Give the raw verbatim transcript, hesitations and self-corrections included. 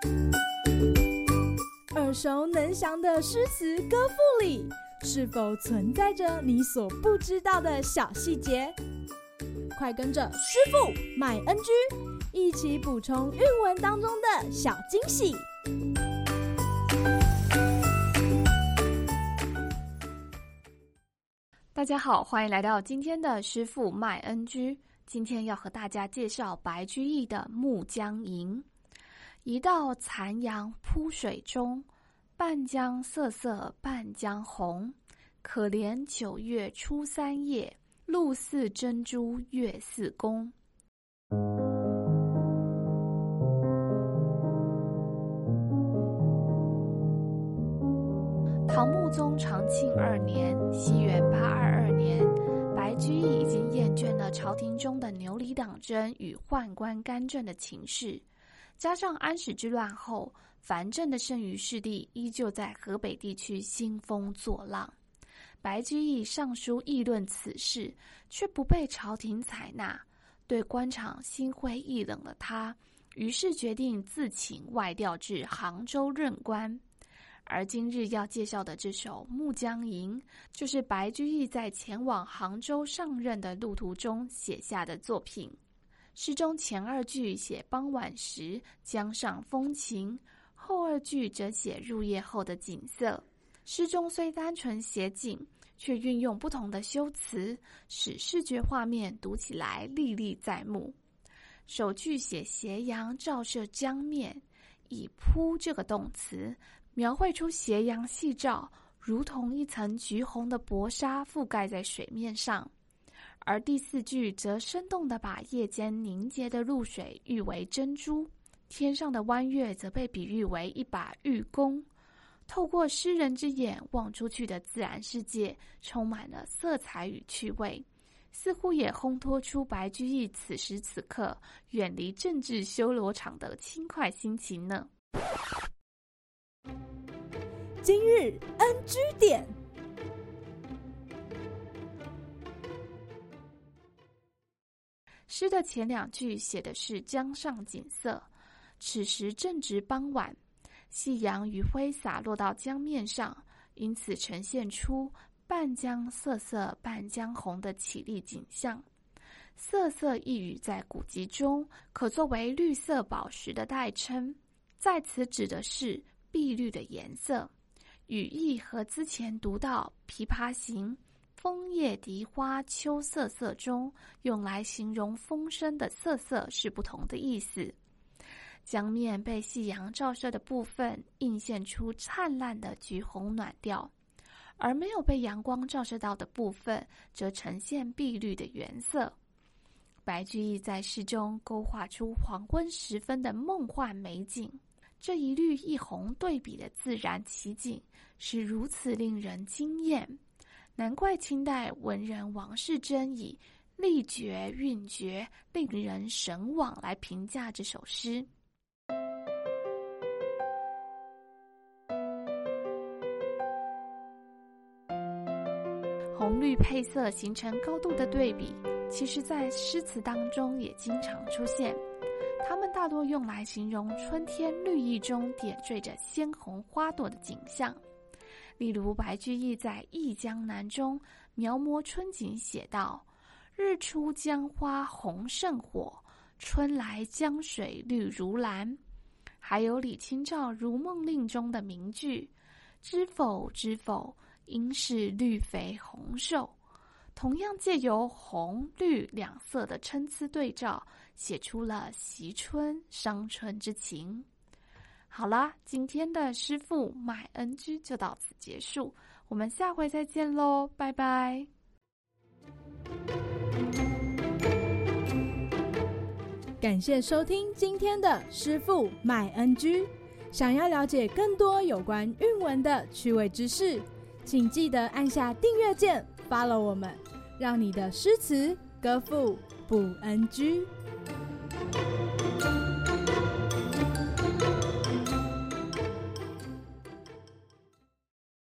耳熟能详的诗词歌赋里，是否存在着你所不知道的小细节？快跟着师傅麦恩居一起补充韵文当中的小惊喜。 大家好，欢迎来到今天的师傅麦恩居。今天要和大家介绍白居易的《暮江吟》。一道残阳铺水中，半江瑟瑟半江红。可怜九月初三夜，露似真珠月似弓。唐穆宗长庆二年，西元八二二年，白居易已经厌倦了朝廷中的牛李党争与宦官干政的情势，加上安史之乱后，藩镇的剩余势力依旧在河北地区兴风作浪。白居易上书议论此事，却不被朝廷采纳，对官场心灰意冷的他，于是决定自请外调至杭州任官。而今日要介绍的这首《暮江吟》，就是白居易在前往杭州上任的路途中写下的作品。诗中前二句写傍晚时江上风情，后二句则写入夜后的景色。诗中虽单纯写景，却运用不同的修辞，使视觉画面读起来历历在目。首句写斜阳照射江面，以铺这个动词描绘出斜阳夕照如同一层橘红的薄纱覆盖在水面上，而第四句则生动地把夜间凝结的露水喻为珍珠，天上的弯月则被比喻为一把玉弓。透过诗人之眼望出去的自然世界充满了色彩与趣味，似乎也烘托出白居易此时此刻远离政治修罗场的轻快心情呢。 今日 N G 点， 诗的前两句写的是江上景色，此时正值傍晚，夕阳余晖洒落到江面上，因此呈现出半江瑟瑟半江红的绮丽景象。瑟瑟一语在古籍中可作为绿色宝石的代称，在此指的是碧绿的颜色。语义和之前读到《琵琶行》枫叶荻花秋瑟瑟中用来形容风声的瑟瑟是不同的意思。江面被夕阳照射的部分映现出灿烂的橘红暖调，而没有被阳光照射到的部分则呈现碧绿的原色。白居易在诗中勾画出黄昏时分的梦幻美景，这一绿一红对比的自然奇景是如此令人惊艳，难怪清代文人王士祯以丽绝韵绝令人神往来评价这首诗。红绿配色形成高度的对比，其实在诗词当中也经常出现，它们大多用来形容春天绿意中点缀着鲜红花朵的景象。例如白居易在《忆江南》中描摹春景写道：日出江花红胜火，春来江水绿如蓝。还有李清照《如梦令》中的名句：知否知否，应是绿肥红瘦。同样借由红绿两色的参差对照，写出了惜春伤春之情。好啦，今天的师傅麦恩居就到此结束，我们下回再见咯，拜拜。 感谢收听今天的师傅麦恩居。想要了解更多有关韵文的趣味知识，请记得按下订阅键 follow 我们，让你的诗词歌赋不 N G。